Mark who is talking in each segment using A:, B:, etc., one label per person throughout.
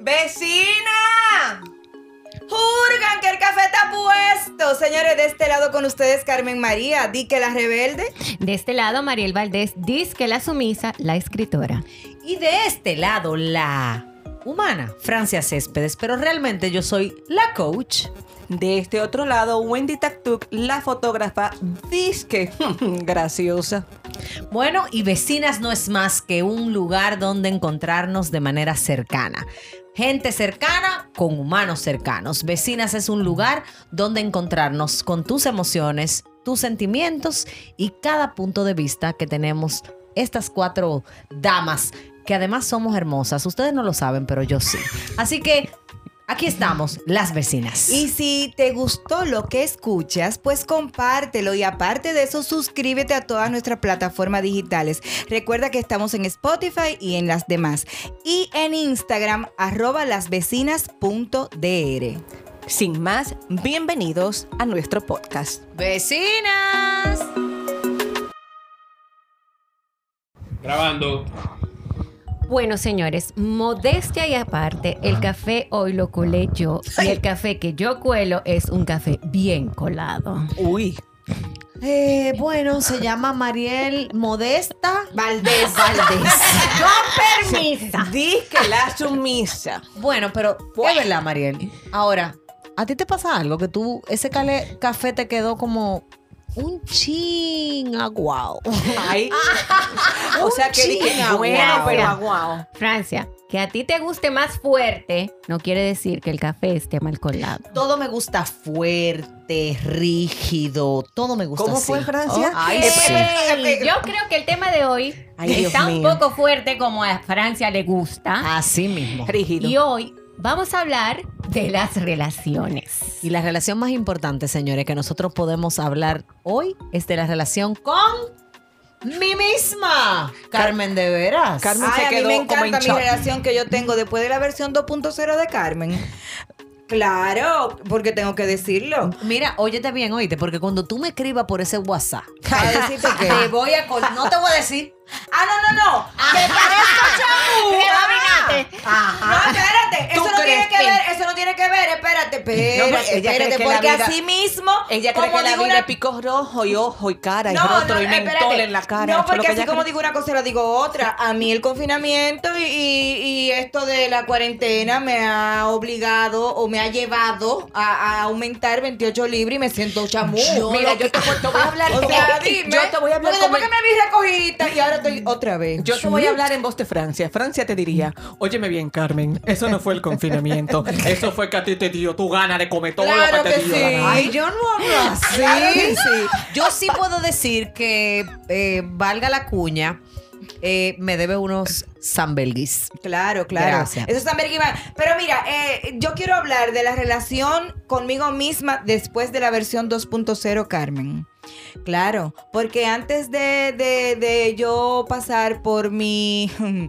A: ¡Vecina! ¡Jurgan que el café está puesto! Señores, de este lado con ustedes Carmen María, Dique la rebelde.
B: De este lado Mariel Valdés, Disque la sumisa, la escritora.
C: Y de este lado, la humana, Francia Céspedes. Pero realmente yo soy la coach.
D: De este otro lado, Wendy Taktuk, la fotógrafa, disque graciosa.
C: Bueno, y Vecinas no es más que un lugar donde encontrarnos de manera cercana. Gente cercana con humanos cercanos. Vecinas es un lugar donde encontrarnos con tus emociones, tus sentimientos y cada punto de vista que tenemos estas 4 damas, que además somos hermosas. Ustedes no lo saben, pero yo sí. Así que aquí estamos, las vecinas.
A: Y si te gustó lo que escuchas, pues compártelo. Y aparte de eso, suscríbete a todas nuestras plataformas digitales. Recuerda que estamos en Spotify y en las demás. Y en Instagram, @lasvecinas.dr.
D: Sin más, bienvenidos a nuestro podcast.
C: ¡Vecinas!
E: Grabando.
B: Bueno, señores, modestia y aparte, el café hoy lo colé yo. Y el café que yo cuelo es un café bien colado.
D: Uy.
C: Bueno, se llama Mariel Modesta
A: Valdés.
C: Con permisa.
D: Disque la sumisa.
C: Bueno, pero es verdad, Mariel. Ahora, ¿a ti te pasa algo? Que tú, ese café te quedó como un chin aguao.
D: Ay. O sea que dije, bueno,
B: aguao.
D: pero aguao.
B: Francia, que a ti te guste más fuerte no quiere decir que el café esté mal colado.
C: Todo me gusta fuerte, rígido, todo me gusta
D: ¿Cómo
C: así.
D: fue, Francia?
C: Ay, sí.
B: Yo creo que el tema de hoy
D: Ay, Dios
B: está un
D: mío.
B: poco fuerte como a Francia le gusta.
C: Así mismo.
D: Rígido.
B: Y hoy vamos a hablar de las relaciones.
C: Y la relación más importante, señores, que nosotros podemos hablar hoy es de la relación con mí misma. Carmen, ¿de veras?
D: Carmen
A: Ay,
D: se
A: a mí
D: quedó
A: me
D: como
A: encanta
D: en
A: mi
D: shock.
A: relación que yo tengo después de la versión 2.0 de Carmen. Claro, porque tengo que decirlo.
C: Mira, óyete bien, oíste, porque cuando tú me escribas por ese WhatsApp,
A: A decirte que...
C: te voy a... No te voy a decir...
A: Ah, no. ¡Que parezco chamú!
B: Rebobínate.
A: No, espérate. Eso
D: ¿Tú
A: no tiene
D: crees
A: que
D: que-
A: ver. Eso no tiene que ver. Espérate.
D: No, pues, ella cree que la
A: Porque
D: vida-
A: así mismo...
D: Ella cree
A: como
D: que la
A: digo
D: vida
A: una-
D: es pico rojo y ojo y cara y rostro y mentol
A: espérate.
D: en la cara.
A: No,
D: Eso es lo
A: porque
D: que
A: así
D: ella
A: como
D: cree.
A: digo una cosa, lo digo otra. A mí el confinamiento y esto de la cuarentena me ha obligado o me ha llevado a aumentar 28 libras y me siento chamú.
D: Mira, yo te voy a hablar
A: O
D: como-
A: sea, dime.
D: yo te voy a hablar
A: Porque
D: como
A: después que me vi recogida y ahora estoy otra vez.
D: Yo te voy a hablar en voz de Francia. Francia te diría, óyeme bien, Carmen, eso no fue el confinamiento. Eso fue que a ti te dio tu gana de comer todo
A: Claro
D: lo que te
A: que
D: dio
A: sí.
D: la gana.
C: Ay, yo no hablo así.
A: Claro que sí.
C: Yo sí puedo decir que, valga la cuña, me debe unos sambelguis.
A: Claro.
C: Gracias.
A: Eso es tan vergüenza. Pero mira, yo quiero hablar de la relación conmigo misma después de la versión 2.0, Carmen. Claro, porque antes de yo pasar por mi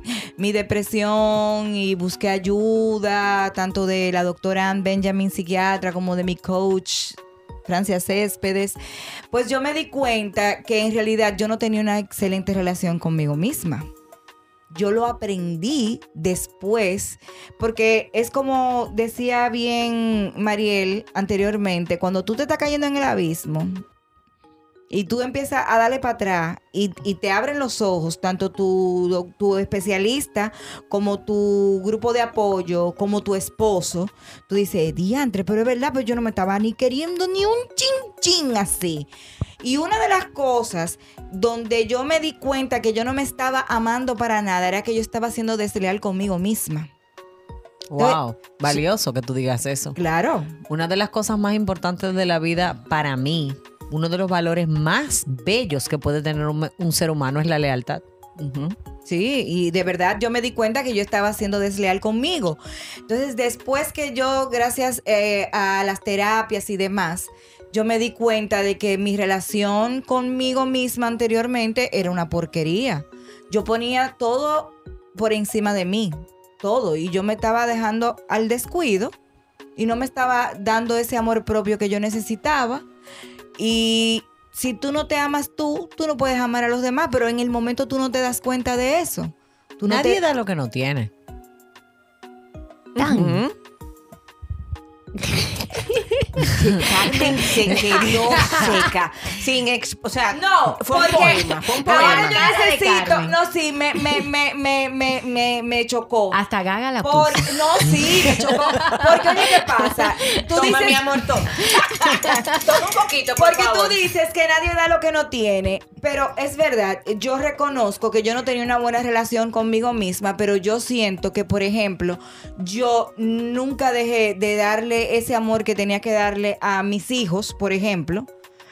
A: depresión y busqué ayuda, tanto de la doctora Ann Benjamin, psiquiatra, como de mi coach, Francia Céspedes, pues yo me di cuenta que en realidad yo no tenía una excelente relación conmigo misma. Yo lo aprendí después, porque es como decía bien Mariel anteriormente, cuando tú te estás cayendo en el abismo y tú empiezas a darle para atrás y te abren los ojos, tanto tu especialista como tu grupo de apoyo, como tu esposo, tú dices, diantre, pero es verdad, pues yo no me estaba ni queriendo ni un chin así. Y una de las cosas donde yo me di cuenta que yo no me estaba amando para nada era que yo estaba siendo desleal conmigo misma.
C: Wow, valioso que tú digas eso.
A: Claro.
C: Una de las cosas más importantes de la vida para mí, uno de los valores más bellos que puede tener un ser humano es la lealtad.
D: Ujú.
A: Sí, y de verdad yo me di cuenta que yo estaba siendo desleal conmigo. Entonces, después que yo, gracias a las terapias y demás, yo me di cuenta de que mi relación conmigo misma anteriormente era una porquería. Yo ponía todo por encima de mí, todo, y yo me estaba dejando al descuido y no me estaba dando ese amor propio que yo necesitaba. Y si tú no te amas tú no puedes amar a los demás, pero en el momento tú no te das cuenta de eso.
C: Nadie da lo que no tiene.
B: tan.
D: Carmen se quedó seca. O sea,
A: No,
D: fue un
A: porque
D: poema. Fue un
A: ahora
D: poema.
A: yo necesito.
B: Carmen.
A: No, sí, me chocó.
B: Hasta Gaga la
A: Por,
B: puso.
A: no, sí, me chocó. Porque, oye, ¿qué pasa? Tú
D: Toma,
A: dices,
D: mi amor, toma. Toma un poquito, por
A: porque
D: favor.
A: tú dices que nadie da lo que no tiene, pero es verdad, yo reconozco que yo no tenía una buena relación conmigo misma, pero yo siento que, por ejemplo, yo nunca dejé de darle ese amor que tenía que darle a mis hijos, por ejemplo.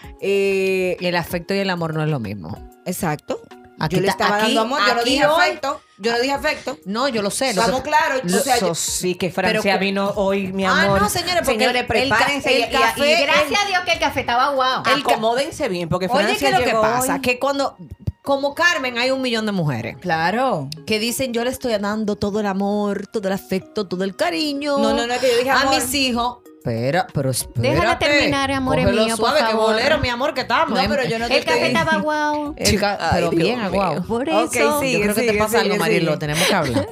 C: Y el afecto y el amor no es lo mismo.
A: Exacto.
C: Aquí
A: Yo le
C: está-
A: estaba
C: aquí-
A: dando amor, yo no
C: aquí
A: dije
C: hoy-
A: afecto. Yo no dije afecto.
C: No, yo lo sé.
A: Vamos claro, o sea,
D: Eso
A: yo-
D: sí que
C: Pero
D: Francia
C: que-
D: vino hoy, mi amor.
C: no, señores, porque
D: Señores,
C: el
D: prepárense
C: el café-
B: Gracias a Dios que el café estaba guau.
D: acomódense bien, porque
C: Oye,
D: Francia
C: ¿qué es lo que
D: llegó
C: pasa?
D: hoy.
C: Que cuando, como Carmen, hay 1 millón de mujeres
A: Claro.
C: que dicen, yo le estoy dando todo el amor, todo el afecto, todo el cariño.
A: No, que yo dije
C: a
A: amor.
C: mis hijos. Pero espérate.
B: Déjala terminar, amores
C: Cógelo
B: mío, por
C: suave, que
B: favor.
C: bolero, mi amor, que estamos.
A: No, pero yo no te
B: El café
A: estoy-
B: estaba guau.
C: Pero
D: Ay,
C: bien,
D: Dios
C: aguau.
D: mío.
B: Por
A: Ok,
B: eso.
A: sí.
C: Yo creo que te
A: sigue,
C: pasa algo,
A: sigue,
C: Marilo,
A: sigue.
C: tenemos que hablar.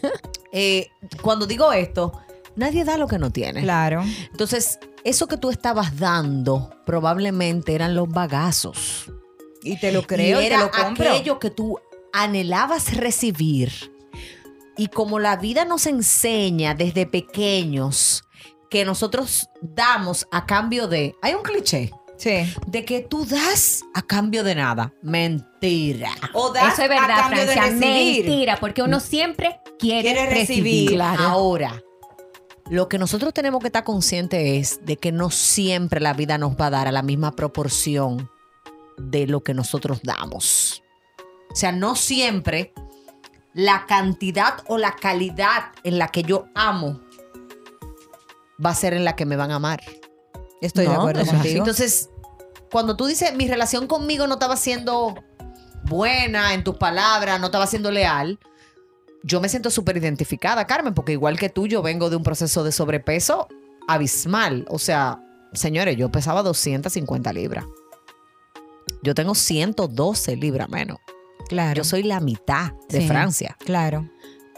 C: Cuando digo esto, nadie da lo que no tiene.
A: Claro.
C: Entonces, eso que tú estabas dando probablemente eran los bagazos.
A: Y te lo creo y,
C: era
A: te lo compro.
C: aquello que tú anhelabas recibir. Y como la vida nos enseña desde pequeños que nosotros damos a cambio de... Hay un cliché
A: Sí.
C: de que tú das a cambio de nada. Mentira.
A: O das
B: Eso es verdad,
A: a cambio
B: Francia.
A: de recibir.
B: Mentira, porque uno siempre quiere
A: Quiere
B: recibir.
A: recibir.
C: Ahora, lo que nosotros tenemos que estar conscientes es de que no siempre la vida nos va a dar a la misma proporción de lo que nosotros damos. O sea, no siempre la cantidad o la calidad en la que yo amo va a ser en la que me van a amar.
A: Estoy de
D: No,
A: acuerdo
D: eso es así.
A: contigo.
C: Entonces, cuando tú dices mi relación conmigo no estaba siendo buena en tus palabras, no estaba siendo leal, yo me siento súper identificada, Carmen, porque igual que tú, yo vengo de un proceso de sobrepeso abismal. O sea, señores, yo pesaba 250 libras. Yo tengo 112 libras menos.
A: Claro.
C: Yo soy la mitad de
A: Sí.
C: Francia.
A: Claro.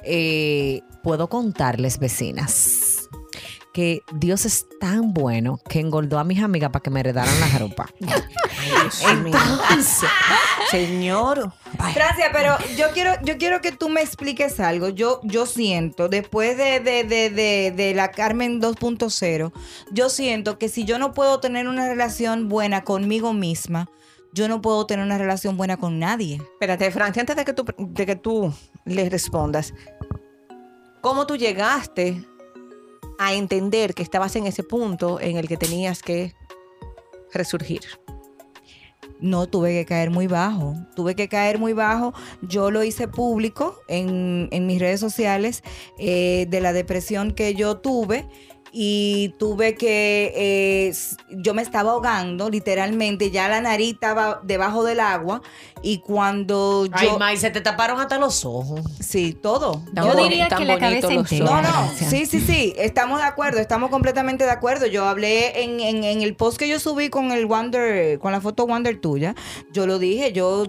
C: Puedo contarles, vecinas, que Dios es tan bueno que engordó a mis amigas para que me heredaran la ropa.
D: Ay, Dios mío. Señor. Ay,
A: Francia, pero yo quiero que tú me expliques algo. Yo siento, después de la Carmen 2.0, yo siento que si yo no puedo tener una relación buena conmigo misma, yo no puedo tener una relación buena con nadie.
D: espérate, Francia, antes de que tú le respondas, ¿cómo tú llegaste a entender que estabas en ese punto en el que tenías que resurgir?
A: No, tuve que caer muy bajo. Yo lo hice público en mis redes sociales de la depresión que yo tuve. Y tuve que, yo me estaba ahogando, literalmente, ya la nariz estaba debajo del agua. Y cuando yo...
C: Ay, May, se te taparon hasta los ojos.
A: Sí, todo.
B: Yo
A: todo.
B: diría
D: tan
B: que la
D: bonito
B: cabeza
D: los
B: entera.
A: No, no,
B: Francia.
A: sí, estamos de acuerdo, estamos completamente de acuerdo. Yo hablé en el post que yo subí con el Wonder, con la foto Wonder tuya, yo lo dije, yo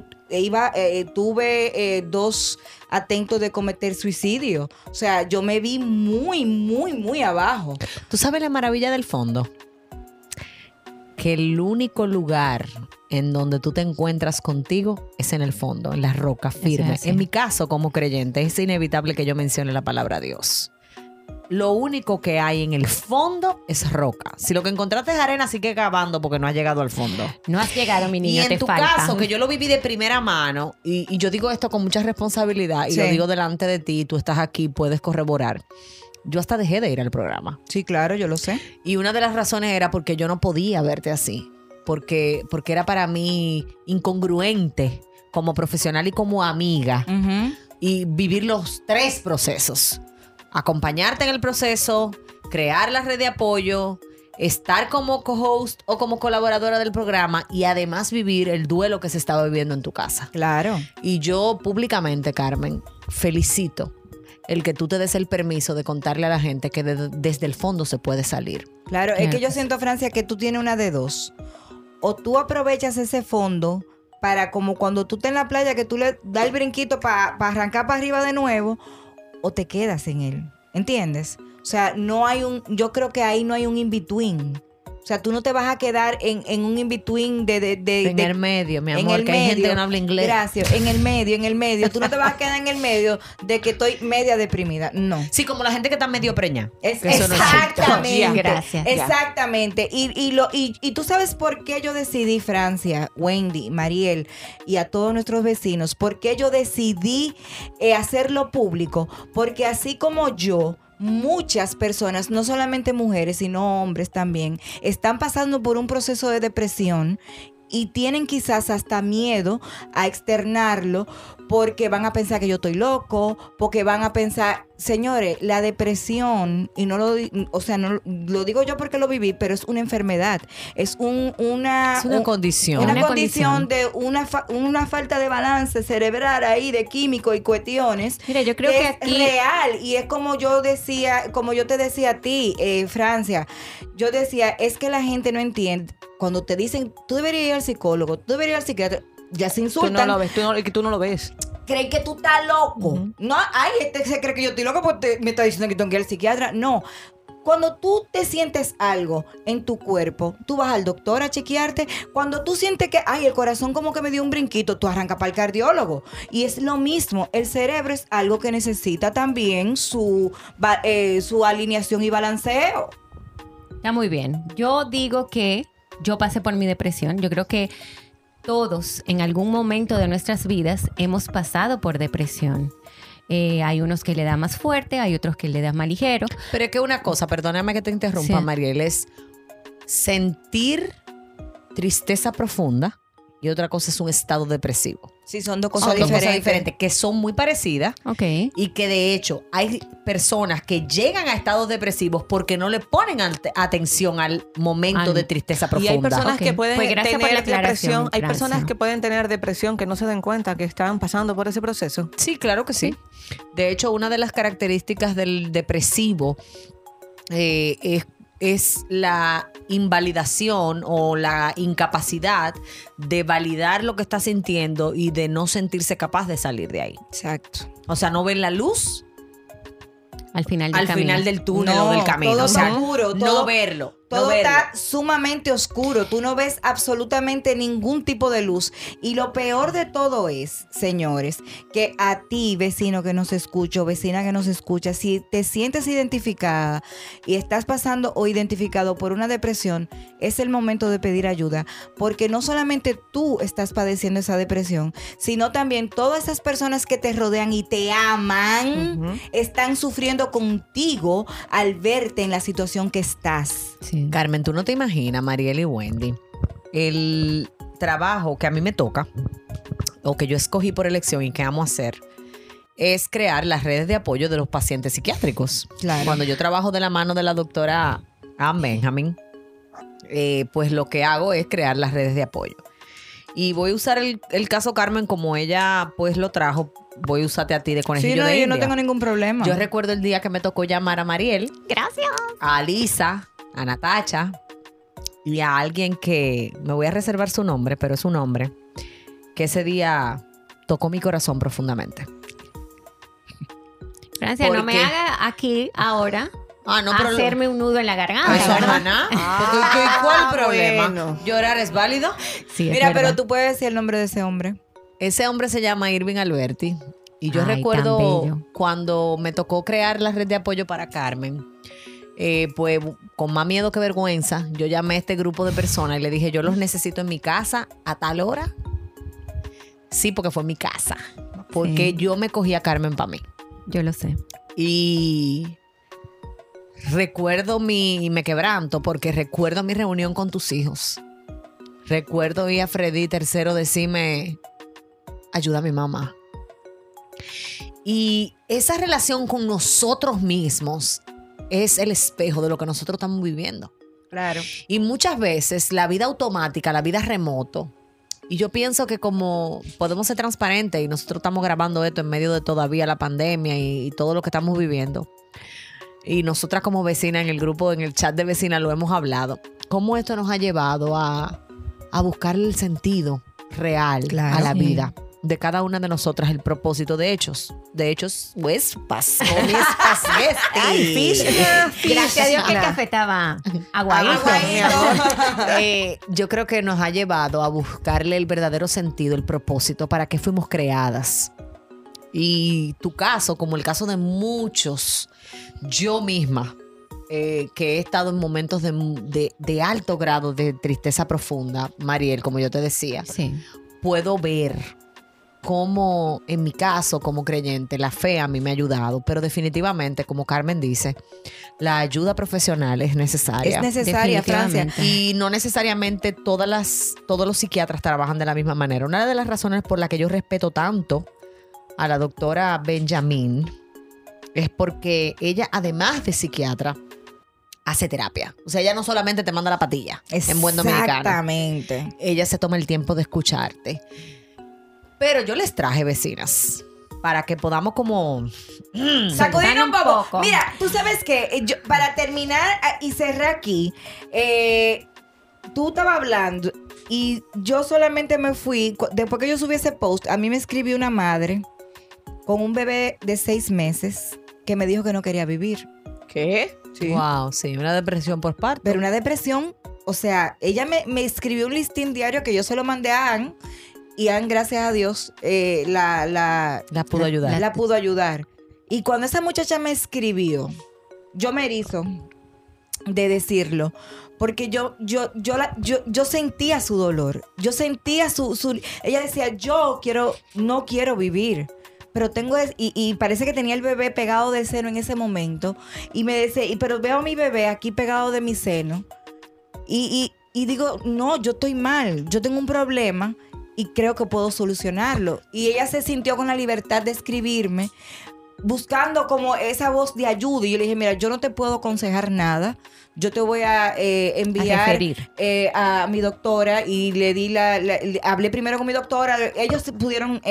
A: tuve 2 atentos de cometer suicidio. O sea, yo me vi muy, muy, muy abajo.
C: ¿Tú sabes la maravilla del fondo? Que el único lugar en donde tú te encuentras contigo es en el fondo, en la roca firme.
B: así.
C: En mi caso, como creyente, es inevitable que yo mencione la palabra Dios. Lo único que hay en el fondo es roca. Si lo que encontraste es arena, sigue cavando porque no has llegado al fondo.
B: No has llegado, mi niño,
C: Y en
B: te
C: tu
B: falta.
C: caso, que yo lo viví de primera mano, y yo digo esto con mucha responsabilidad, y
A: Sí.
C: lo digo delante de ti, tú estás aquí, puedes corroborar. Yo hasta dejé de ir al programa.
A: Sí, claro, yo lo sé.
C: Y una de las razones era porque yo no podía verte así. Porque era para mí incongruente como profesional y como amiga.
A: Ujú.
C: Y vivir los 3 procesos. Acompañarte en el proceso, crear la red de apoyo, estar como co-host o como colaboradora del programa y además vivir el duelo que se estaba viviendo en tu casa.
A: Claro.
C: Y yo públicamente, Carmen, felicito el que tú te des el permiso de contarle a la gente que desde el fondo se puede salir.
A: Claro, es que yo siento, Francia, que tú tienes una de dos. O tú aprovechas ese fondo para, como cuando tú estás en la playa, que tú le das el brinquito para arrancar para arriba de nuevo, o te quedas en él. ¿Entiendes? O sea, yo creo que ahí no hay un in-between. O sea, tú no te vas a quedar en un in-between
C: en el medio, mi
A: en
C: amor,
A: el
C: que hay gente
A: medio.
C: que no habla inglés.
A: Gracias, en el medio. Tú no te vas a quedar en el medio de que estoy media deprimida. No.
C: Sí, como la gente que está medio preña.
A: Es,
C: Que eso no existe.
A: exactamente.
B: Gracias.
A: Exactamente. Y tú sabes por qué yo decidí, Francia, Wendy, Mariel y a todos nuestros vecinos, por qué yo decidí hacerlo público. Porque así como yo, muchas personas, no solamente mujeres, sino hombres también, están pasando por un proceso de depresión y tienen quizás hasta miedo a externarlo porque van a pensar que yo estoy loco, porque van a pensar, señores, la depresión, y no lo digo yo porque lo viví, pero es una enfermedad, es una
C: condición.
A: Una
B: Una
A: condición de una falta de balance cerebral ahí, de químicos y cuestiones.
B: Mira, yo creo que
A: es
B: aquí
A: real. Y es como yo te decía a ti, Francia, yo decía, es que la gente no entiende. Cuando te dicen, tú deberías ir al psicólogo, tú deberías ir al psiquiatra, ya se
D: Tú
A: insultan.
D: no lo ves, tú no lo ves.
A: Creen que tú estás loco.
D: Ujú.
A: No, este se cree que yo estoy loco porque me está diciendo que tengo que ir al psiquiatra. No. Cuando tú te sientes algo en tu cuerpo, tú vas al doctor a chequearte. Cuando tú sientes que, el corazón como que me dio un brinquito, tú arrancas para el cardiólogo. Y es lo mismo. El cerebro es algo que necesita también su alineación y balanceo.
B: está muy bien. Yo digo que yo pasé por mi depresión. Yo creo que todos en algún momento de nuestras vidas hemos pasado por depresión. Hay unos que le da más fuerte, hay otros que le da más ligero.
C: Pero es que una cosa, perdóname que te interrumpa,
B: Sí.
C: Mariel, es sentir tristeza profunda y otra cosa es un estado depresivo.
A: Sí, son dos
C: Son
A: cosas
C: dos
A: diferentes.
C: cosas diferentes que son muy parecidas
B: Ok.
C: y que de hecho hay personas que llegan a estados depresivos porque no le ponen atención al momento de tristeza
D: Y
C: profunda.
D: hay personas
B: Ok.
D: que pueden
B: Pues gracias por la
D: tener
B: aclaración,
D: depresión. Hay
B: Francia.
D: personas que pueden tener depresión que no se den cuenta que están pasando por ese proceso.
C: Sí, claro que sí. De hecho, una de las características del depresivo es la invalidación o la incapacidad de validar lo que está sintiendo y de no sentirse capaz de salir de ahí.
A: Exacto.
C: O sea, no ven la luz
B: Al final del
C: al
B: camino.
C: final del túnel
A: No,
C: o del camino.
A: todo
C: O sea,
A: oscuro,
C: no
A: todo-
C: verlo.
A: Todo
C: no verlo.
A: está sumamente oscuro. Tú no ves absolutamente ningún tipo de luz. Y lo peor de todo es, señores, que a ti, vecino que nos escucha o vecina que nos escucha, si te sientes identificada y estás pasando o identificado por una depresión, es el momento de pedir ayuda. Porque no solamente tú estás padeciendo esa depresión, sino también todas esas personas que te rodean y te aman,
D: Ujú.
A: están sufriendo contigo al verte en la situación que estás.
B: Sí.
C: Carmen, tú no te imaginas, Mariel y Wendy, el trabajo que a mí me toca o que yo escogí por elección y que amo hacer es crear las redes de apoyo de los pacientes psiquiátricos.
A: Claro.
C: Cuando yo trabajo de la mano de la doctora Ann Benjamin, pues lo que hago es crear las redes de apoyo. Y voy a usar el caso Carmen como ella pues lo trajo. Voy a usarte a ti de conejillo
A: Sí, no,
C: de
A: yo
C: India.
A: no tengo ningún problema.
C: Yo recuerdo el día que me tocó llamar a Mariel,
B: Gracias.
C: a Alisa, a Natacha y a alguien que me voy a reservar su nombre, pero es un hombre que ese día tocó mi corazón profundamente.
B: Francia,
C: ¿Por
B: no me
C: qué?
B: haga aquí ahora
C: No, pero
B: hacerme un nudo en la garganta,
C: eso,
B: ¿verdad?
C: Ana. ¿Cuál problema?
A: bueno.
C: ¿Llorar es válido?
B: Sí, es
A: Mira,
B: verdad.
A: pero tú puedes decir el nombre de ese hombre.
C: Ese hombre se llama Irving Alberti. Y yo
B: Ay, tan
C: recuerdo
B: bello.
C: cuando me tocó crear la red de apoyo para Carmen, pues con más miedo que vergüenza, yo llamé a este grupo de personas y le dije, yo los necesito en mi casa a tal hora. Sí, porque fue en mi casa. Porque
B: Sí.
C: yo me cogí a Carmen para mí.
B: Yo lo sé.
C: Y recuerdo y me quebranto porque recuerdo mi reunión con tus hijos. Recuerdo oír a Freddy tercero decirme, ayuda a mi mamá. Y esa relación con nosotros mismos es el espejo de lo que nosotros estamos viviendo.
A: Claro.
C: Y muchas veces la vida automática, la vida remoto, y yo pienso que como podemos ser transparentes y nosotros estamos grabando esto en medio de todavía la pandemia y todo lo que estamos viviendo, y nosotras como vecinas en el grupo, en el chat de vecinas lo hemos hablado, cómo esto nos ha llevado a buscar el sentido real
A: Claro.
C: a la
B: Sí.
C: vida. de cada una de nosotras el propósito de hechos. De hechos, Wespas.
B: Gracias a Dios que el café estaba aguadito.
C: Yo creo que nos ha llevado a buscarle el verdadero sentido, el propósito, para qué fuimos creadas. Y tu caso, como el caso de muchos, yo misma, que he estado en momentos de alto grado de tristeza profunda, Mariel, como yo te decía,
B: Sí.
C: puedo ver cómo, en mi caso, como creyente, la fe a mí me ha ayudado, pero definitivamente, como Carmen dice, la ayuda profesional es necesaria.
A: Es necesaria, Francia.
B: Definitivamente.
C: Y no necesariamente todos los psiquiatras trabajan de la misma manera. Una de las razones por la que yo respeto tanto a la doctora Benjamin es porque ella, además de psiquiatra, hace terapia. O sea, ella no solamente te manda la patilla en buen dominicano.
A: Exactamente.
C: Ella se toma el tiempo de escucharte. Pero yo les traje, vecinas, para que podamos como...
A: Sacudir un
B: un
A: poco.
B: poco.
A: Mira, tú sabes que para terminar y cerrar aquí, tú estabas hablando y yo solamente me fui, después que yo subí ese post, a mí me escribió una madre con un bebé de 6 meses que me dijo que no quería vivir.
D: ¿Qué? Sí.
C: Wow, sí, una depresión por parto.
A: Pero una depresión, o sea, ella me escribió un listín diario que yo se lo mandé a Ann y Ann, gracias a Dios,
C: La pudo ayudar.
A: la pudo ayudar. Y cuando esa muchacha me escribió, yo me erizo de decirlo, porque yo sentía su dolor, yo sentía su ella decía, no quiero vivir. Pero y parece que tenía el bebé pegado del seno en ese momento. Y me decía, pero veo a mi bebé aquí pegado de mi seno. Y digo, no, yo estoy mal. Yo tengo un problema y creo que puedo solucionarlo. Y ella se sintió con la libertad de escribirme, buscando como esa voz de ayuda. Y yo le dije, mira, yo no te puedo aconsejar nada. Yo te voy a enviar
B: referir.
A: A mi doctora. Y le di hablé primero con mi doctora. Ellos se pudieron...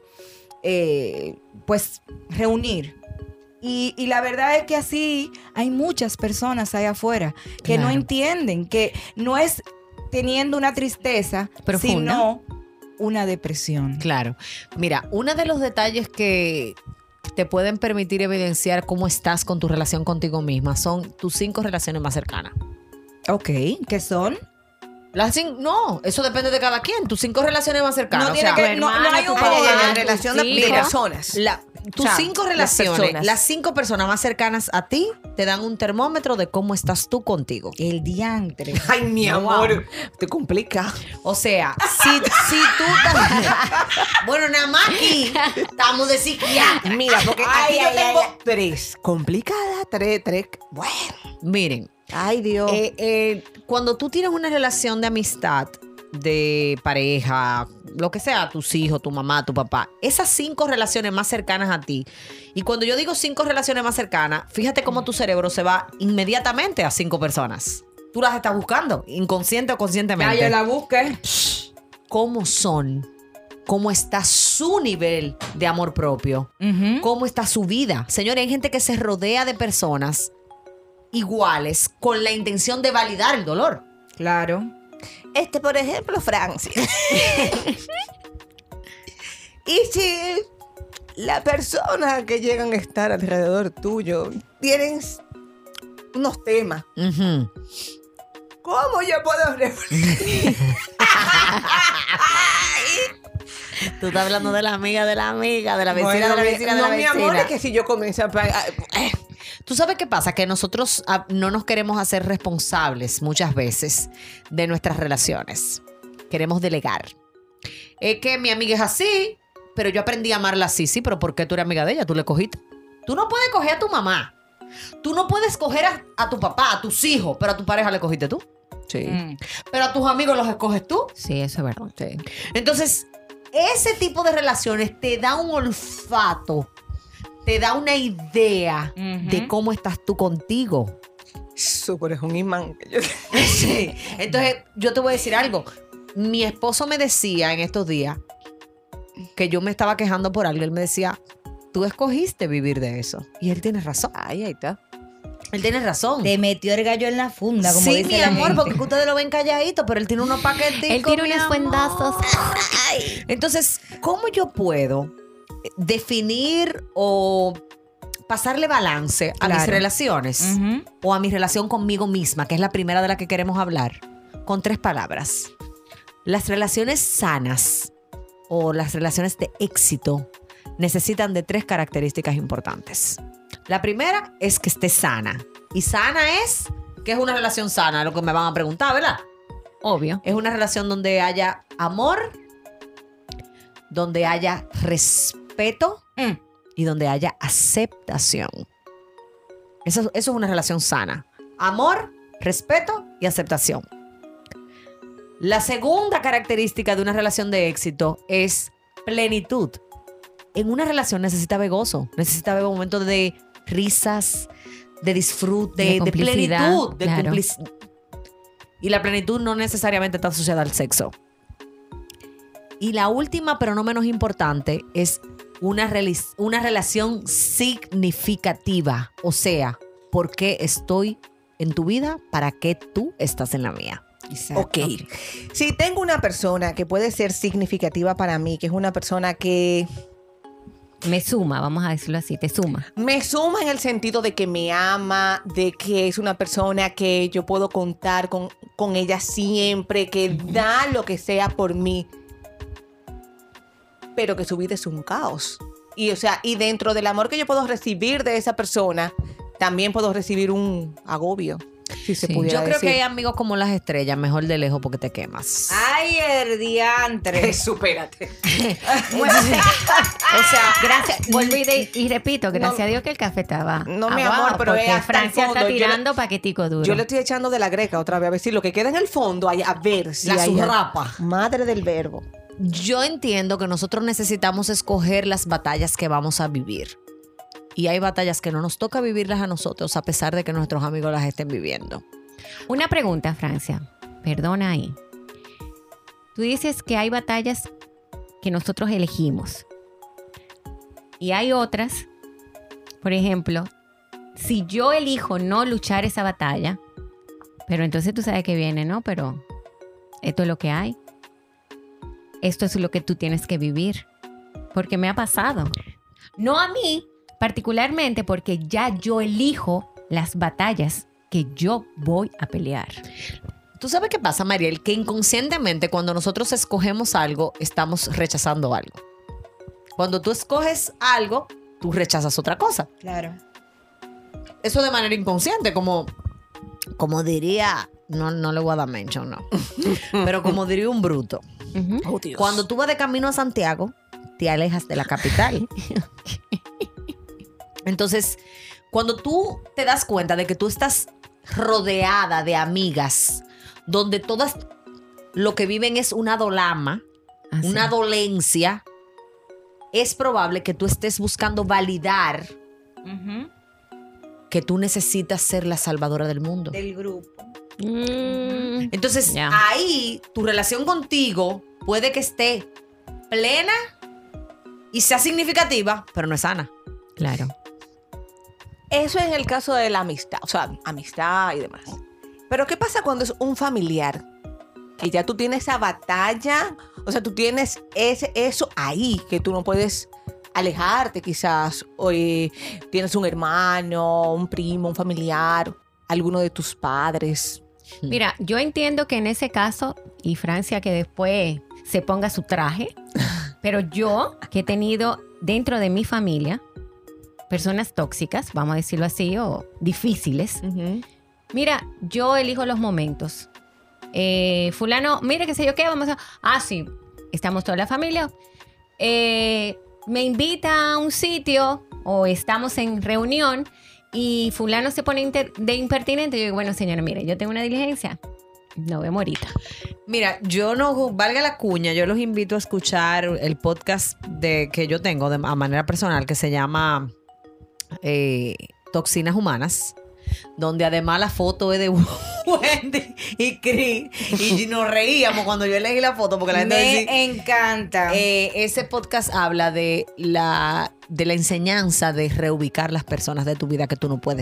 A: pues reunir. Y la verdad es que así hay muchas personas allá afuera que
B: Claro.
A: no entienden que no es teniendo una tristeza,
B: Profunda.
A: sino una depresión.
C: Claro. Mira, uno de los detalles que te pueden permitir evidenciar cómo estás con tu relación contigo misma son tus 5 relaciones más cercanas.
A: Ok, ¿qué son?
C: No, eso depende de cada quien. Tus 5 relaciones más cercanas.
A: No
C: o
A: tiene
C: sea,
A: que- no hay un
D: la
A: orden.
D: relación
B: Sí,
D: de
B: ¿no?
D: personas.
C: tus
D: O sea,
C: 5
D: las
C: relaciones,
D: personas.
C: las 5 personas más cercanas a ti te dan un termómetro de cómo estás tú contigo.
A: El diantre.
D: Ay, mi amor, te complica.
C: O sea, si tú... Bueno, nada más aquí estamos de psiquiatra.
D: Mira, porque
A: Ay,
D: aquí yo
A: ay,
D: tengo
A: ay, ay.
D: 3. Complicada, 3. Bueno.
C: Miren,
D: Ay, Dios.
C: cuando tú tienes una relación de amistad, de pareja, lo que sea, tus hijos, tu mamá, tu papá, esas 5 relaciones más cercanas a ti. Y cuando yo digo 5 relaciones más cercanas, fíjate cómo tu cerebro se va inmediatamente a 5 personas. Tú las estás buscando, inconsciente o conscientemente.
A: Ya yo la busqué.
C: ¿Cómo son? ¿Cómo está su nivel de amor propio?
A: Ujú.
C: ¿Cómo está su vida? Señores, hay gente que se rodea de personas iguales con la intención de validar el dolor.
A: Claro.
D: Por ejemplo, Francia. Y si la persona que llegan a estar alrededor tuyo tienen unos temas,
C: Ujú.
D: ¿cómo yo puedo
C: Tú estás hablando de la amiga, de la amiga, de la vecina,
D: Bueno,
C: de la vecina, de la
D: no, mi
C: vecina.
D: amor, es que si yo comienzo a pagar...
C: ¿Tú sabes qué pasa? Que nosotros no nos queremos hacer responsables muchas veces de nuestras relaciones. Queremos delegar. Es que mi amiga es así, pero yo aprendí a amarla así. Sí, pero ¿por qué tú eres amiga de ella? Tú le cogiste. Tú no puedes coger a tu mamá. Tú no puedes coger a tu papá, a tus hijos, pero a tu pareja le cogiste tú.
D: Sí.
A: Mm.
C: Pero a tus amigos los escoges tú.
B: Sí, eso es verdad.
D: Sí.
C: Entonces, ese tipo de relaciones te da un olfato, te da una idea
A: Ujú.
C: de cómo estás tú contigo.
D: Súper, es un imán.
C: Sí. Entonces, yo te voy a decir algo. Mi esposo me decía en estos días que yo me estaba quejando por algo. Él me decía, tú escogiste vivir de eso. Y él tiene razón.
D: Ay, ahí está.
C: Él tiene razón.
A: Te metió el gallo en la funda, como
C: sí,
A: dice
C: mi
A: la
C: amor,
A: gente.
C: porque ustedes lo ven calladito, pero él tiene unos paquetitos.
B: Él tiene
C: mi
B: unos
C: amor.
B: fuendazos.
C: Entonces, ¿cómo yo puedo definir o pasarle balance a mis
A: Claro.
C: relaciones
A: Ujú.
C: o a mi relación conmigo misma, que es la primera de la que queremos hablar? Con 3 palabras. Las relaciones sanas o las relaciones de éxito necesitan de 3 características importantes. La primera es que esté sana. Y sana es, ¿qué es una relación sana? Lo que me van a preguntar, ¿verdad?
B: Obvio.
C: Es una relación donde haya amor, donde haya respeto y donde haya aceptación. Eso es una relación sana. Amor, respeto y aceptación. La segunda característica de una relación de éxito es plenitud. En una relación necesita haber gozo, necesita haber momentos de risas, de disfrute,
B: De
C: de
B: complicidad,
C: plenitud, de
B: claro.
C: Y la plenitud no necesariamente está asociada al sexo. Y la última, pero no menos importante, es una relación significativa. O sea, ¿por qué estoy en tu vida? ¿Para qué tú estás en la mía?
A: Exacto.
D: Ok. Si tengo una persona que puede ser significativa para mí, que es una persona que
B: Me suma, vamos a decirlo así, te suma.
D: me suma en el sentido de que me ama, de que es una persona que yo puedo contar con ella siempre, que da lo que sea por mí, pero que su vida es un caos. Y, o sea, y dentro del amor que yo puedo recibir de esa persona, también puedo recibir un agobio, si se
B: Sí.
D: pudiera
C: Yo creo
D: decir.
C: que hay amigos como las estrellas, mejor de lejos porque te quemas.
A: Ay, el diantre.
D: Supérate.
B: O sea, gracias, vuelvo y repito, gracias
D: No,
B: a Dios que el café estaba
D: no, mi
B: aguado,
D: amor, pero es
B: porque
D: hasta el
B: Francia está
D: fondo. Yo le-
B: tirando paquetico duro.
D: Yo le estoy echando de la greca otra vez, a ver si lo que queda en el fondo, a ver si
C: La
D: hay-
C: zurrapa.
D: Madre del verbo.
C: Yo entiendo que nosotros necesitamos escoger las batallas que vamos a vivir. Y hay batallas que no nos toca vivirlas a nosotros, a pesar de que nuestros amigos las estén viviendo.
B: Una pregunta, Francia, perdona ahí. Tú dices que hay batallas que nosotros elegimos. Y hay otras, por ejemplo, si yo elijo no luchar esa batalla, pero entonces tú sabes que viene, ¿no? Pero esto es lo que hay. Esto es lo que tú tienes que vivir. Porque me ha pasado. No a mí, particularmente, porque ya yo elijo las batallas que yo voy a pelear.
C: ¿Tú sabes qué pasa, Mariel? Que inconscientemente cuando nosotros escogemos algo, estamos rechazando algo. Cuando tú escoges algo, tú rechazas otra cosa.
A: Claro.
C: Eso de manera inconsciente, como diría, no le voy a dar mention, no. Pero como diría un bruto.
B: Ujú.
D: Oh, Dios.
C: Cuando tú vas de camino a Santiago, te alejas de la capital. Entonces, cuando tú te das cuenta de que tú estás rodeada de amigas, donde todas lo que viven es una dolama,
B: Así.
C: una dolencia, es probable que tú estés buscando validar
A: Ujú.
C: que tú necesitas ser la salvadora del mundo.
A: Del grupo.
B: Mm,
C: Entonces,
B: Ya.
C: ahí tu relación contigo puede que esté plena y sea significativa, pero no es sana.
B: claro.
D: Eso en el caso de la amistad, o sea, amistad y demás. Pero ¿qué pasa cuando es un familiar? Que ya tú tienes esa batalla, o sea, tú tienes eso ahí, que tú no puedes alejarte quizás, o tienes un hermano, un primo, un familiar, alguno de tus padres.
B: Mira, yo entiendo que en ese caso, y Francia que después se ponga su traje, pero yo que he tenido dentro de mi familia personas tóxicas, vamos a decirlo así, o difíciles. Mira, yo elijo los momentos. Fulano, mira qué sé yo qué, vamos a... Ah, sí, estamos toda la familia. Me invita a un sitio o estamos en reunión y fulano se pone de impertinente. Yo digo, bueno, señora, mire, yo tengo una diligencia. Nos vemos ahorita.
C: Mira, yo no, valga la cuña, yo los invito a escuchar el podcast que yo tengo a manera personal que se llama Toxinas Humanas, donde además la foto es de Wendy y Chris y nos reíamos cuando yo elegí la foto porque la gente decía,
A: Me encanta.
C: ese podcast habla de la enseñanza de reubicar las personas de tu vida que tú no puedes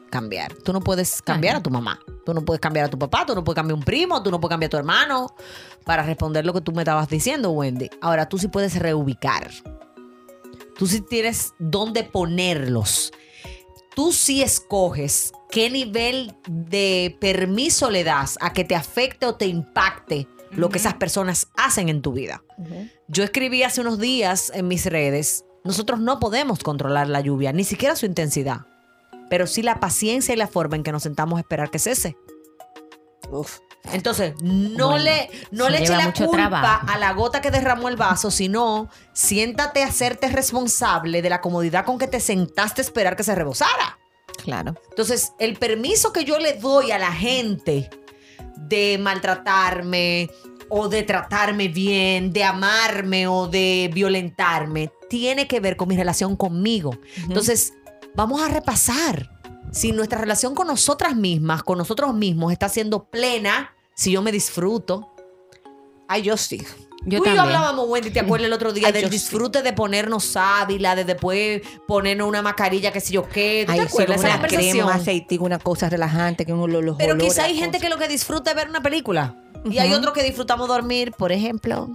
C: cambiar. Tú no puedes cambiar a tu mamá. Tú no puedes cambiar a tu papá. Tú no puedes cambiar a un primo. Tú no puedes cambiar a tu hermano. Para responder lo que tú me estabas diciendo, Wendy. Ahora, tú sí puedes reubicar. Tú sí tienes dónde ponerlos. Tú sí escoges qué nivel de permiso le das a que te afecte o te impacte lo que esas personas hacen en tu vida. Yo escribí hace unos días en mis redes, nosotros no podemos controlar la lluvia, ni siquiera su intensidad, pero sí la paciencia y la forma en que nos sentamos a esperar que cese.
D: Uf.
C: Entonces, no
B: Bueno,
C: le
B: eso
C: eche
B: lleva
C: la
B: mucho
C: culpa
B: trabajo.
C: a la gota que derramó el vaso, sino siéntate a hacerte responsable de la comodidad con que te sentaste a esperar que se rebosara.
D: Claro.
C: Entonces, el permiso que yo le doy a la gente de maltratarme o de tratarme bien, de amarme o de violentarme, tiene que ver con mi relación conmigo. Entonces, vamos a repasar si nuestra relación con nosotras mismas, con nosotros mismos, está siendo plena, si yo me disfruto.
D: Ay, yo sí.
B: Yo
C: Tú y yo
B: también.
C: hablábamos, Wendy, ¿te acuerdas el otro día
D: Ay,
C: del
D: yo sí.
C: disfrute de ponernos sábila, de después ponernos una mascarilla, qué sé yo qué? ¿Tú
D: Ay,
C: te
D: sí,
C: acuerdas de esa
D: una
C: conversación?
D: crema, aceite, una cosa relajante, que los
C: Pero
D: olores,
C: quizá hay
D: las
C: gente
D: cosas.
C: que lo que disfruta es ver una película. Y hay otros que disfrutamos dormir, por ejemplo.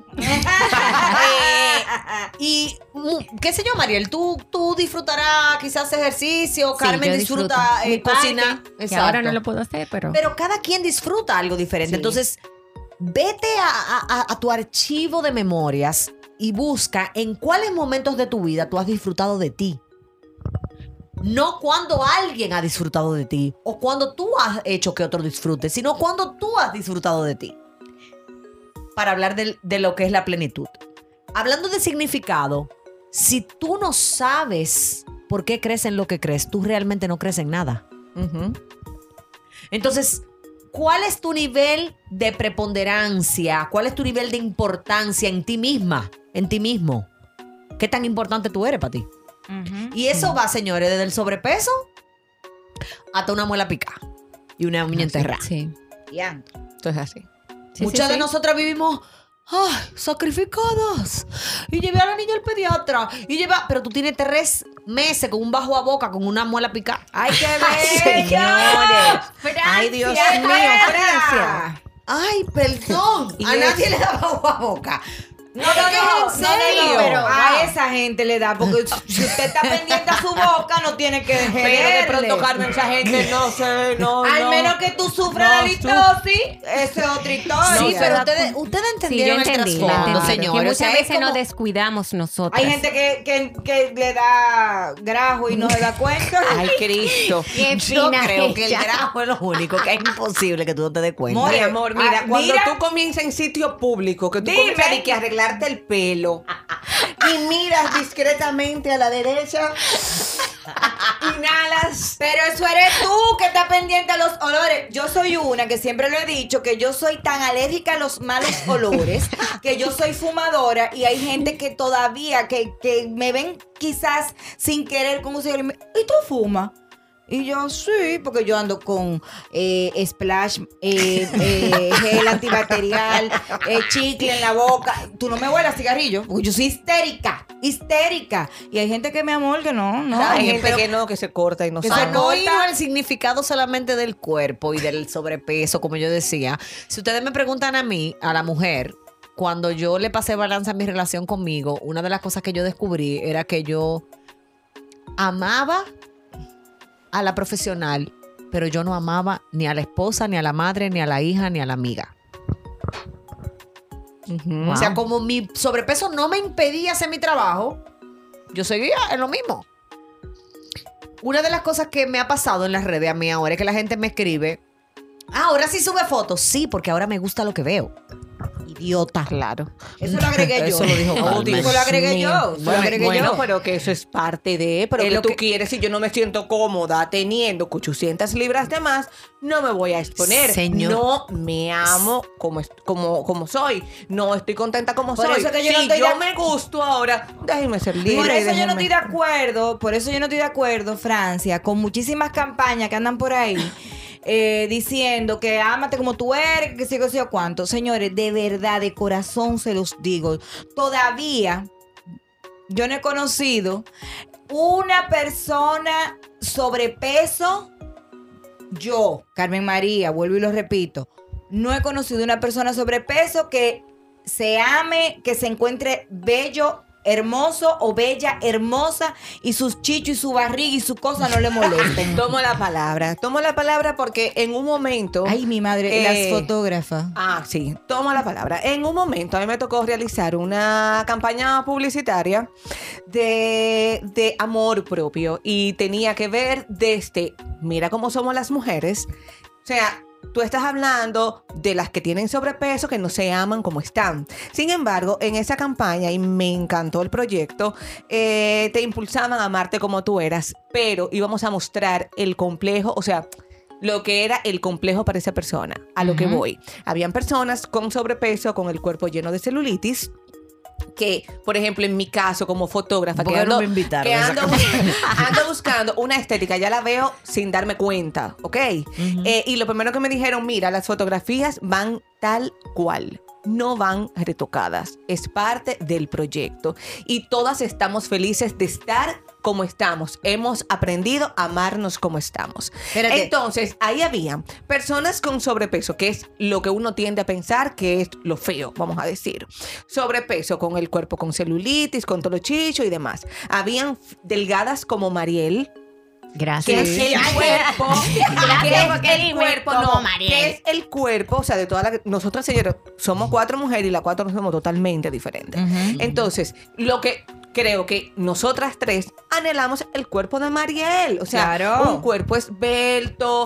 C: Y qué sé yo, Mariel, tú disfrutarás quizás ejercicio,
B: Sí,
C: Carmen
B: yo
C: disfruta
B: disfruto. Mi
C: cocina.
B: Que ahora no lo puedo hacer, pero
C: Cada quien disfruta algo diferente.
D: Sí.
C: Entonces, vete a tu archivo de memorias y busca en cuáles momentos de tu vida tú has disfrutado de ti. No cuando alguien ha disfrutado de ti o cuando tú has hecho que otro disfrute, sino cuando tú has disfrutado de ti. Para hablar de lo que es la plenitud. Hablando de significado, si tú no sabes por qué crees en lo que crees, tú realmente no crees en nada.
D: Ujú.
C: Entonces, ¿cuál es tu nivel de preponderancia? ¿Cuál es tu nivel de importancia en ti misma? En ti mismo. ¿Qué tan importante tú eres para ti? Y eso va, señores, desde el sobrepeso hasta una muela picada y una uña enterrada.
B: sí.
D: Entonces así.
B: Sí,
C: Muchas
B: sí,
C: de
B: sí.
C: nosotras vivimos sacrificadas. Y llevé a la niña al pediatra. Pero tú tienes 3 meses con un bajo a boca, con una muela picada.
A: ¡Ay, qué
D: Señores.
A: bello!
D: Ay, Dios mío, Francia.
C: Ay, perdón.
D: Y
C: A
D: es-
C: nadie le da bajo a boca.
A: No, en serio. Pero
C: Wow.
A: a esa gente le da, porque si usted está pendiente a su boca, no tiene que
D: Pero de pronto,
A: joderle.
D: Carmen, esa gente no sé, no.
A: Al
D: no.
A: menos que tú sufras
D: No,
A: de litosis, esa es otra historia.
C: Sí,
D: No,
C: pero
D: se da
C: ustedes
B: Sí, yo
C: entendieron el
B: entendí,
C: trasfondo,
B: la entendí.
C: señores.
B: Que
C: O
B: muchas
C: sea, es
B: veces nos
C: como-
B: descuidamos nosotras.
A: Hay gente que le da grajo y no se da cuenta.
D: Ay, Cristo.
B: Qué
C: Yo
B: fina
C: creo que el
B: ella.
C: grajo es lo único que es imposible que tú no te des cuenta.
D: Mi amor, mira,
A: Ah,
D: cuando
A: mira.
D: tú comienzas en sitio público, que tú
A: Dime.
D: comienzas de que arreglarte el pelo y miras discretamente a la derecha, inhalas.
A: Pero eso eres tú que estás pendiente a los olores. Yo soy una que siempre lo he dicho, que yo soy tan alérgica a los malos olores, que yo soy fumadora y hay gente que todavía, que me ven quizás sin querer con un cigarro y me, ¿y tú fumas? Y yo, sí, porque yo ando con splash, gel antibacterial, chicle en la boca. Tú no me huelas cigarrillo, porque yo soy histérica. Y hay gente que, mi amor, que no.
D: Hay gente
A: pero-
D: que no, que se corta y no
A: Que
D: sabe.
A: se
C: Para no
A: corta.
C: ir al significado solamente del cuerpo y del sobrepeso, como yo decía, si ustedes me preguntan a mí, a la mujer, cuando yo le pasé balance a mi relación conmigo, una de las cosas que yo descubrí era que yo amaba a la profesional, pero yo no amaba ni a la esposa, ni a la madre, ni a la hija, ni a la amiga.
D: Ujú.
C: O sea, como mi sobrepeso no me impedía hacer mi trabajo, yo seguía en lo mismo. Una de las cosas que me ha pasado en las redes a mí ahora es que la gente me escribe, ahora sí sube fotos. Sí, porque ahora me gusta lo que veo. Idiota.
D: Claro.
A: Eso lo agregué yo.
C: Eso lo dijo Carmen.
A: Eso lo agregué yo. Eso lo agregué
D: Bueno,
A: yo.
D: pero que eso es parte de, pero
C: Es
D: que
C: lo
D: tú
C: que-
D: quieres, si yo no me siento cómoda teniendo 800 libras de más, no me voy a exponer.
C: Señor.
D: No me amo como soy. No estoy contenta como
A: Por
D: soy.
A: eso que yo no
D: si
A: estoy
D: yo
A: de-
D: me gusto ahora, déjenme ser libre.
A: Por eso yo no
D: déjenme-
A: estoy de acuerdo, Francia, con muchísimas campañas que andan por ahí diciendo que ámate como tú eres, que sé yo cuánto. Señores, de verdad, de corazón se los digo, todavía yo no he conocido una persona sobrepeso yo, Carmen María, vuelvo y lo repito, no he conocido una persona sobrepeso que se ame, que se encuentre bello, hermoso o bella, hermosa y sus chichos y su barriga y su cosa no le molesten.
D: Tomo la palabra porque en un momento...
A: Ay, mi madre, las fotógrafas.
D: Sí, tomo la palabra. En un momento a mí me tocó realizar una campaña publicitaria de amor propio y tenía que ver desde, mira cómo somos las mujeres, o sea... Tú estás hablando de las que tienen sobrepeso, que no se aman como están. Sin embargo, en esa campaña, y me encantó el proyecto, te impulsaban a amarte como tú eras, pero íbamos a mostrar el complejo, o sea, lo que era el complejo para esa persona. A lo que voy. Habían personas con sobrepeso, con el cuerpo lleno de celulitis, que, por ejemplo, en mi caso como fotógrafa, que ando buscando una estética, ya la veo sin darme cuenta, ¿ok? Y lo primero que me dijeron, mira, las fotografías van tal cual. No van retocadas. Es parte del proyecto. Y todas estamos felices de estar como estamos. Hemos aprendido a amarnos como estamos.
A: Espérate.
D: Entonces, ahí había personas con sobrepeso, que es lo que uno tiende a pensar que es lo feo, vamos a decir. Sobrepeso con el cuerpo con celulitis, con todo lo chicho y demás. Habían delgadas como Mariel,
B: Gracias.
D: que es el cuerpo,
B: Gracias por
D: que es el
B: quererme
D: cuerpo,
B: como
D: no,
B: Mariel.
D: que es el cuerpo, o sea, de todas las, nosotras señores somos 4 mujeres y las 4 somos totalmente diferentes. Entonces, lo que creo que nosotras 3 anhelamos el cuerpo de Mariel, o sea,
A: Claro.
D: un cuerpo esbelto,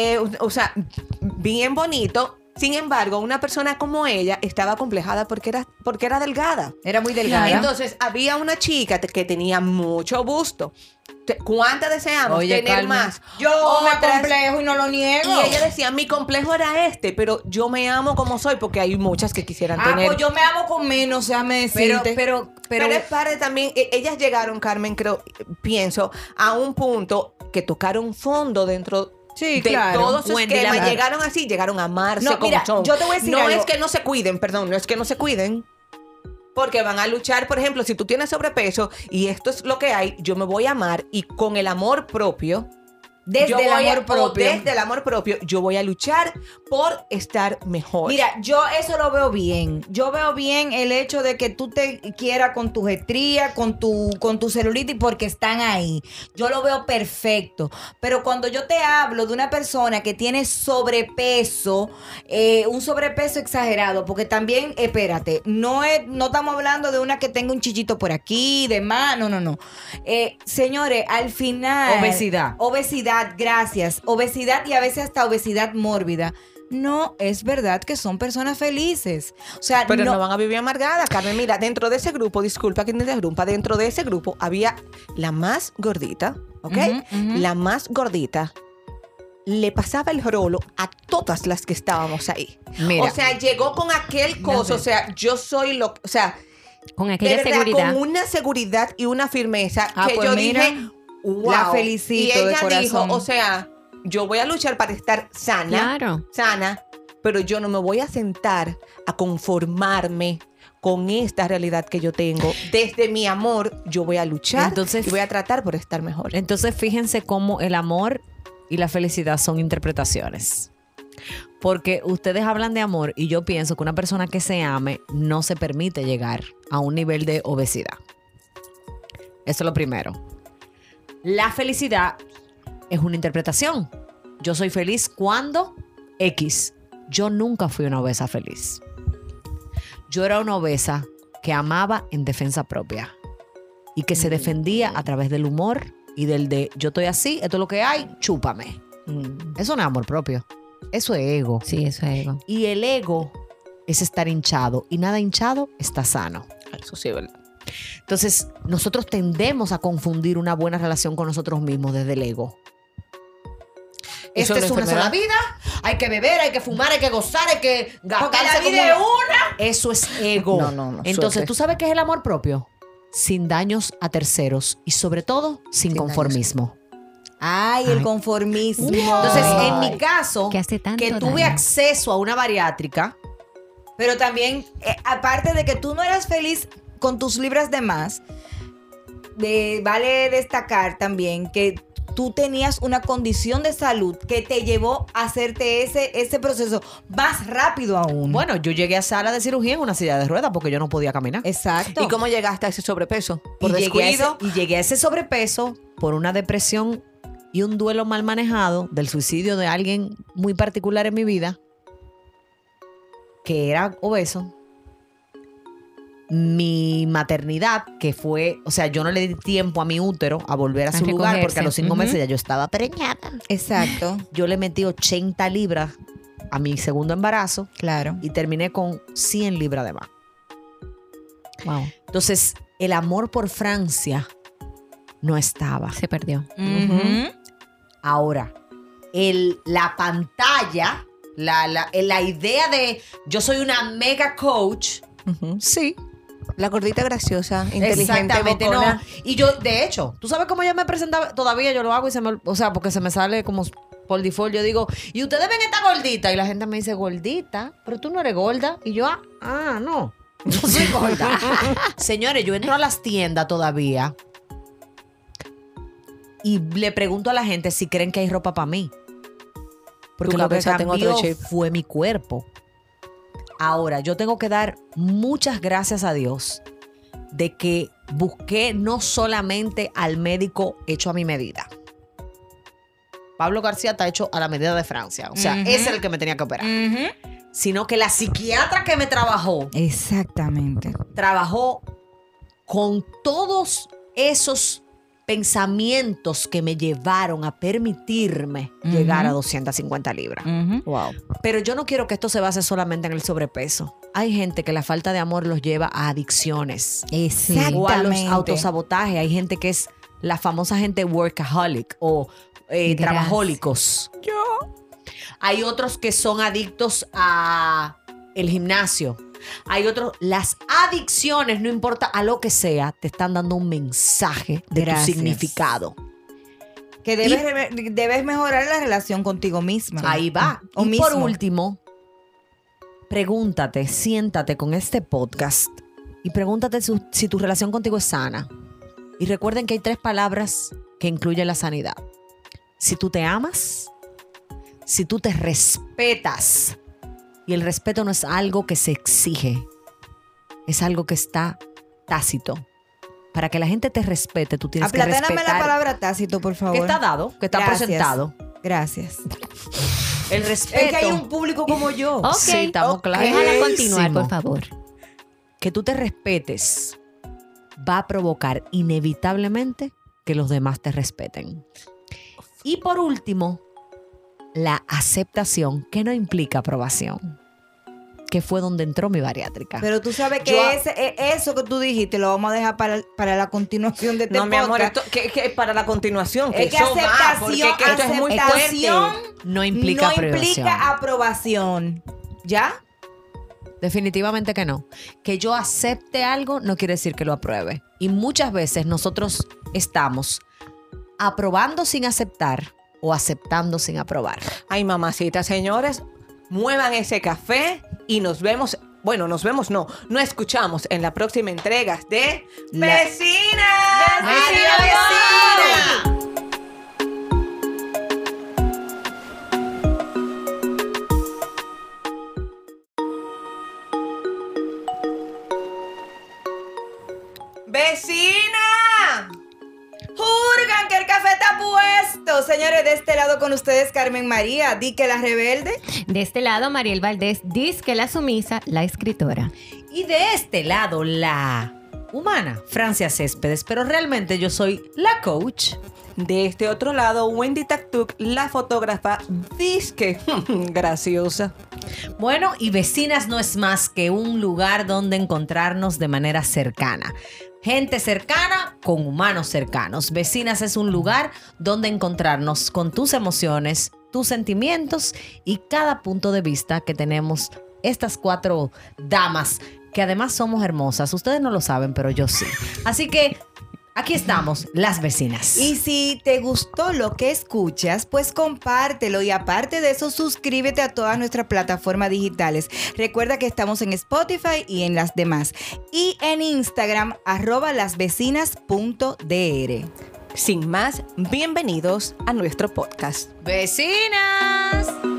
D: o sea, bien bonito. Sin embargo, una persona como ella estaba acomplejada porque era delgada.
A: Era muy delgada.
D: Entonces, había una chica que tenía mucho busto. ¿Cuántas deseamos
C: Oye,
D: tener
C: Carmen,
D: más?
A: Yo me
D: Otras-
A: complejo y no lo niego.
D: Y ella decía, mi complejo era este, pero yo me amo como soy, porque hay muchas que quisieran tener.
A: pues yo me amo con menos, déjame decirte.
D: Pero es parte también, ellas llegaron, Carmen, pienso, a un punto que tocaron fondo dentro
A: Sí,
D: de
A: claro.
D: todos sus
C: Wendy,
D: esquemas.
C: la-
D: Llegaron así, llegaron a amarse
A: No,
D: como
A: mira,
D: son.
A: yo te voy a decir
D: no
A: algo.
D: es que no se cuiden, perdón, no es que no se cuiden. Porque van a luchar, por ejemplo, si tú tienes sobrepeso y esto es lo que hay, yo me voy a amar y con el amor propio,
A: Desde
D: yo
A: el
D: voy
A: amor propio.
D: desde el amor propio, yo voy a luchar por estar mejor.
A: Mira, yo eso lo veo bien. Yo veo bien el hecho de que tú te quieras con tu estrías, con tu celulitis, porque están ahí. Yo lo veo perfecto. Pero cuando yo te hablo de una persona que tiene sobrepeso, un sobrepeso exagerado, porque también, espérate, no estamos hablando de una que tenga un chichito por aquí, de más, no. Señores, al final... Obesidad, gracias. Obesidad y a veces hasta obesidad mórbida. No es verdad que son personas felices. O sea,
D: Pero no van a vivir amargadas, Carmen. Mira, dentro de ese grupo, disculpa que te interrumpa, dentro de ese grupo había la más gordita, ¿ok? La más gordita le pasaba el rolo a todas las que estábamos ahí.
C: Mira.
D: O sea, llegó con aquel coso, o sea, yo soy lo... O sea,
B: Con
D: de
B: aquella
D: verdad,
B: seguridad.
D: con una seguridad y una firmeza que
A: pues
D: yo
A: mira,
D: dije, wow.
A: la felicito
D: y
A: de
D: ella dijo,
A: corazón.
D: o sea, yo voy a luchar para estar sana,
B: Claro.
D: pero yo no me voy a sentar a conformarme con esta realidad que yo tengo. Desde mi amor, yo voy a luchar
C: Entonces-
D: y voy a tratar por estar mejor.
C: Entonces, fíjense cómo el amor y la felicidad son interpretaciones. Porque ustedes hablan de amor y yo pienso que una persona que se ame no se permite llegar a un nivel de obesidad. Eso es lo primero. La felicidad es una interpretación. Yo soy feliz cuando X. Yo nunca fui una obesa feliz. Yo era una obesa que amaba en defensa propia y que se defendía a través del humor y del de yo estoy así, esto es lo que hay, chúpame. Eso no es amor propio. Eso es ego.
B: Sí, eso es ego.
C: Y el ego es estar hinchado y nada hinchado está sano.
D: Eso sí, ¿verdad?
C: Entonces, nosotros tendemos a confundir una buena relación con nosotros mismos desde el ego.
D: Eso
C: Esta
D: es
C: es
D: una
C: una sola
D: enfermedad.
C: vida, hay que beber, hay que fumar, hay que gozar, hay que
A: Porque
C: gastarse
A: la vida es una.
C: Eso es ego.
D: No,
C: Entonces,
D: suerte.
C: ¿tú sabes qué es el amor propio? Sin daños a terceros y sobre todo sin
D: Sin
C: conformismo.
A: Ay, el conformismo.
C: Entonces, en
A: Ay.
C: mi caso,
B: Que hace tanto
C: que tuve
B: daño.
C: acceso a una bariátrica,
A: Pero también, aparte de que tú no eras feliz con tus libras de más, vale destacar también que tú tenías una condición de salud que te llevó a hacerte ese proceso más rápido aún.
C: Bueno, yo llegué a sala de cirugía en una silla de ruedas porque yo no podía caminar.
A: Exacto.
D: ¿Y cómo llegaste a ese sobrepeso? ¿Por
C: Y
D: descuido?
C: llegué a ese sobrepeso por una depresión y un duelo mal manejado del suicidio de alguien muy particular en mi vida, que era obeso. Mi maternidad, que fue, o sea, yo no le di tiempo a mi útero a volver a su lugar porque a los 5 meses ya yo estaba preñada.
A: Exacto.
C: Yo le metí 80 libras a mi segundo embarazo
A: Claro.
C: y terminé con 100 libras de más.
B: Wow.
C: Entonces, el amor por Francia no estaba.
B: Se perdió.
A: Ujú.
C: Ahora, la pantalla, la idea de yo soy una mega coach,
D: Ujú.
C: sí.
D: La gordita graciosa, inteligente,
C: Exactamente,
D: bocona.
C: no. Y yo, de hecho, ¿tú sabes cómo yo me presentaba? Todavía yo lo hago y o sea, porque se me sale como por default. Yo digo, y ustedes ven esta gordita. Y la gente me dice, gordita, pero tú no eres gorda. Y yo, no. Yo soy gorda. Señores, yo entro a las tiendas todavía y le pregunto a la gente si creen que hay ropa para mí. Porque
D: Tu
C: lo que
D: cabeza tengo otro
C: cambió
D: chip.
C: fue mi cuerpo. Ahora, yo tengo que dar muchas gracias a Dios de que busqué no solamente al médico hecho a mi medida. Pablo García está hecho a la medida de Francia. O sea,
A: Ujú.
C: ese es el que me tenía que operar.
A: Ujú.
C: Sino que la psiquiatra que me
A: Exactamente.
C: trabajó con todos esos pensamientos que me llevaron a permitirme llegar a 250 libras.
A: Ujú.
D: Wow.
C: Pero yo no quiero que esto se base solamente en el sobrepeso. Hay gente que la falta de amor los lleva a adicciones
A: Exactamente.
C: o a los autosabotajes. Hay gente que es la famosa gente workaholic o
B: Gracias.
C: trabajólicos. Hay otros que son adictos a el gimnasio. Hay otros, las adicciones, no importa a lo que sea, te están dando un mensaje de
A: Gracias.
C: tu significado.
A: Que debes mejorar la relación contigo misma.
C: Ahí va.
A: O
C: Y
A: mismo.
C: por último, pregúntate, siéntate con este podcast y pregúntate si tu relación contigo es sana. Y recuerden que hay 3 palabras que incluyen la sanidad. Si tú te amas, si tú te respetas, y el respeto no es algo que se exige, es algo que está tácito. Para que la gente te respete, tú tienes que
A: Aplatáname
C: respetar.
A: la palabra tácito, por favor.
C: Que está dado, que está
A: Gracias.
C: presentado.
A: Gracias.
C: El respeto.
A: Es que hay un público como yo.
B: Ok.
C: Sí, estamos claros.
B: Déjala continuar, por favor.
C: Que tú te respetes va a provocar inevitablemente que los demás te respeten. Y por último, la aceptación, que no implica aprobación, que fue donde entró mi bariátrica.
A: Pero tú sabes que
C: Yo-
A: eso que tú dijiste lo vamos a dejar para la continuación de este
D: No, mi amor,
A: podcast.
D: esto, que para la continuación.
A: Es que
D: eso va, porque
A: aceptación,
D: es que esto es muy
A: aceptación
D: fuerte.
C: no implica aprobación.
A: aprobación. ¿Ya?
C: Definitivamente que no. Que yo acepte algo no quiere decir que lo apruebe. Y muchas veces nosotros estamos aprobando sin aceptar o aceptando sin aprobar.
D: Ay, mamacita, señores, muevan ese café y nos vemos. Bueno, nos vemos, no escuchamos en la próxima entrega de ¡Vecina!
C: ¡Vecina!
A: ¡Vecina! ¡Jurgan que el café está puesto! Señores, de este lado con ustedes, Carmen María, di que la rebelde.
B: De este lado, Mariel Valdés, disque la sumisa, la escritora.
C: Y de este lado, la humana, Francia Céspedes, pero realmente yo soy la coach.
D: De este otro lado, Wendy Taktuk, la fotógrafa disque graciosa.
C: Bueno, y Vecinas no es más que un lugar donde encontrarnos de manera cercana. Gente cercana con humanos cercanos. Vecinas es un lugar donde encontrarnos con tus emociones, tus sentimientos y cada punto de vista que tenemos estas 4 damas, que además somos hermosas. Ustedes no lo saben, pero yo sí. Así que aquí estamos, las vecinas.
A: Y si te gustó lo que escuchas, pues compártelo y aparte de eso, suscríbete a todas nuestras plataformas digitales. Recuerda que estamos en Spotify y en las demás. Y en Instagram, @lasvecinas.dr.
D: Sin más, bienvenidos a nuestro podcast.
C: ¡Vecinas!